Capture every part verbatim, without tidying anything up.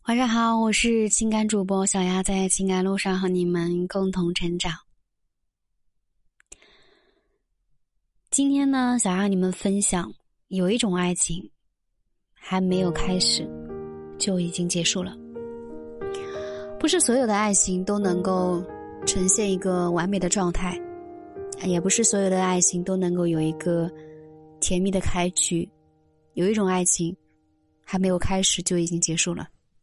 晚上好，我是情感主播小丫，在情感路上和你们共同成长。今天呢，想让你们分享，有一种爱情还没有开始就已经结束了。不是所有的爱情都能够呈现一个完美的状态，也不是所有的爱情都能够有一个甜蜜的开局。有一种爱情还没有开始就已经结束了。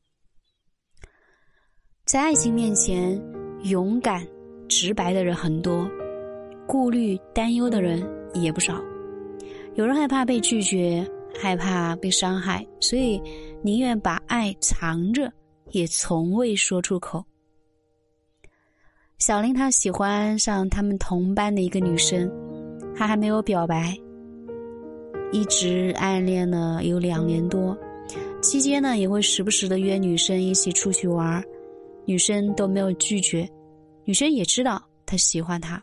在爱情面前，勇敢直白的人很多，顾虑担忧的人也不少。有人害怕被拒绝，害怕被伤害，所以宁愿把爱藏着，也从未说出口。小林他喜欢上他们同班的一个女生，他还没有表白，一直暗恋了有两年多，期间呢也会时不时的约女生一起出去玩，女生都没有拒绝，女生也知道他喜欢他。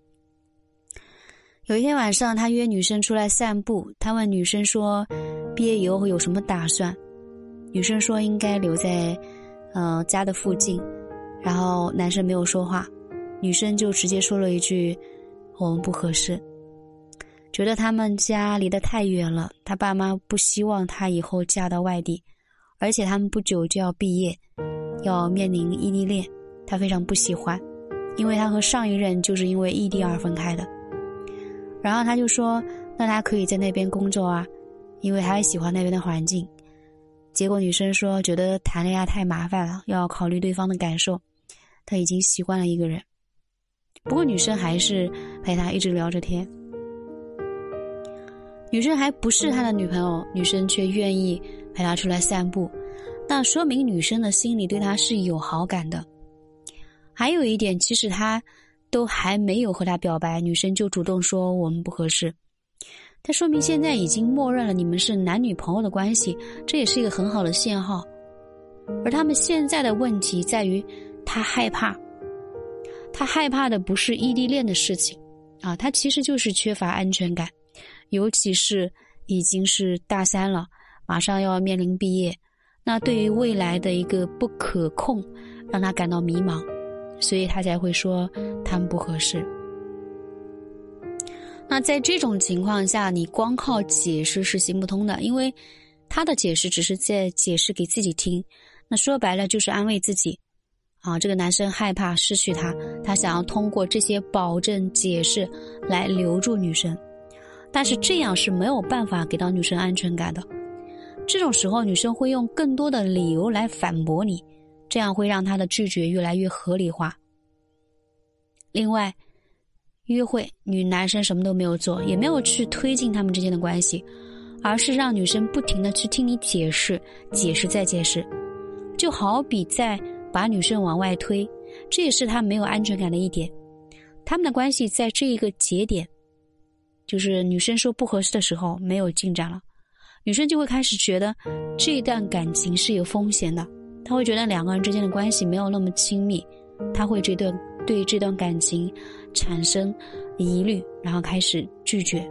有一天晚上，他约女生出来散步，他问女生说毕业以后有什么打算，女生说应该留在呃家的附近，然后男生没有说话，女生就直接说了一句我们不合适，觉得他们家离得太远了，他爸妈不希望他以后嫁到外地，而且他们不久就要毕业，要面临异地恋，他非常不喜欢，因为他和上一任就是因为异地而分开的。然后他就说那他可以在那边工作啊，因为他也喜欢那边的环境。结果女生说觉得谈恋爱太麻烦了，要考虑对方的感受，他已经习惯了一个人。不过女生还是陪他一直聊着天。女生还不是他的女朋友，女生却愿意陪他出来散步，那说明女生的心里对他是有好感的。还有一点，其实他都还没有和他表白，女生就主动说我们不合适，他说明现在已经默认了你们是男女朋友的关系，这也是一个很好的信号。而他们现在的问题在于他害怕，他害怕的不是异地恋的事情啊，他其实就是缺乏安全感，尤其是已经是大三了，马上要面临毕业，那对于未来的一个不可控让他感到迷茫，所以他才会说他们不合适。那在这种情况下，你光靠解释是行不通的，因为他的解释只是在解释给自己听，那说白了就是安慰自己啊，这个男生害怕失去他，他想要通过这些保证解释来留住女生，但是这样是没有办法给到女生安全感的。这种时候女生会用更多的理由来反驳你，这样会让她的拒绝越来越合理化。另外，约会女男生什么都没有做，也没有去推进他们之间的关系，而是让女生不停地去听你解释，解释再解释，就好比在把女生往外推，这也是她没有安全感的一点。他们的关系在这一个节点，就是女生说不合适的时候没有进展了，女生就会开始觉得这段感情是有风险的，她会觉得两个人之间的关系没有那么亲密，她会这段对这段感情产生疑虑，然后开始拒绝。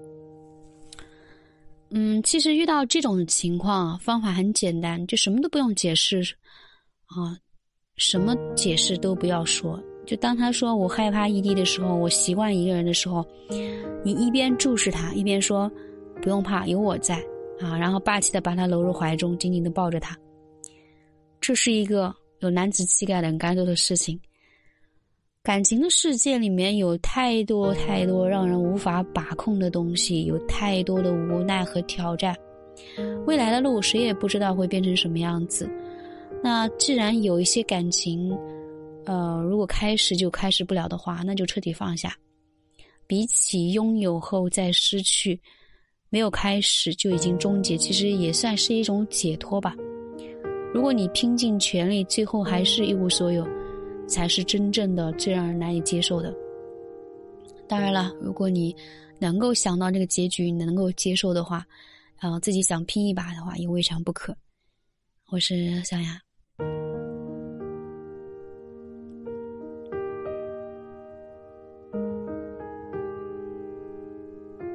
嗯，其实遇到这种情况，方法很简单，就什么都不用解释啊，什么解释都不要说。就当他说我害怕异地的时候，我习惯一个人的时候，你一边注视他，一边说不用怕，有我在啊，然后霸气的把他搂入怀中，紧紧的抱着他。这是一个有男子气概的人该做的事情。感情的世界里面有太多太多让人无法把控的东西，有太多的无奈和挑战，未来的路谁也不知道会变成什么样子。那既然有一些感情呃，如果开始就开始不了的话，那就彻底放下。比起拥有后再失去，没有开始就已经终结，其实也算是一种解脱吧。如果你拼尽全力，最后还是一无所有，才是真正的最让人难以接受的。当然了，如果你能够想到这个结局，你能够接受的话，呃，自己想拼一把的话，也未尝不可。我是小雅。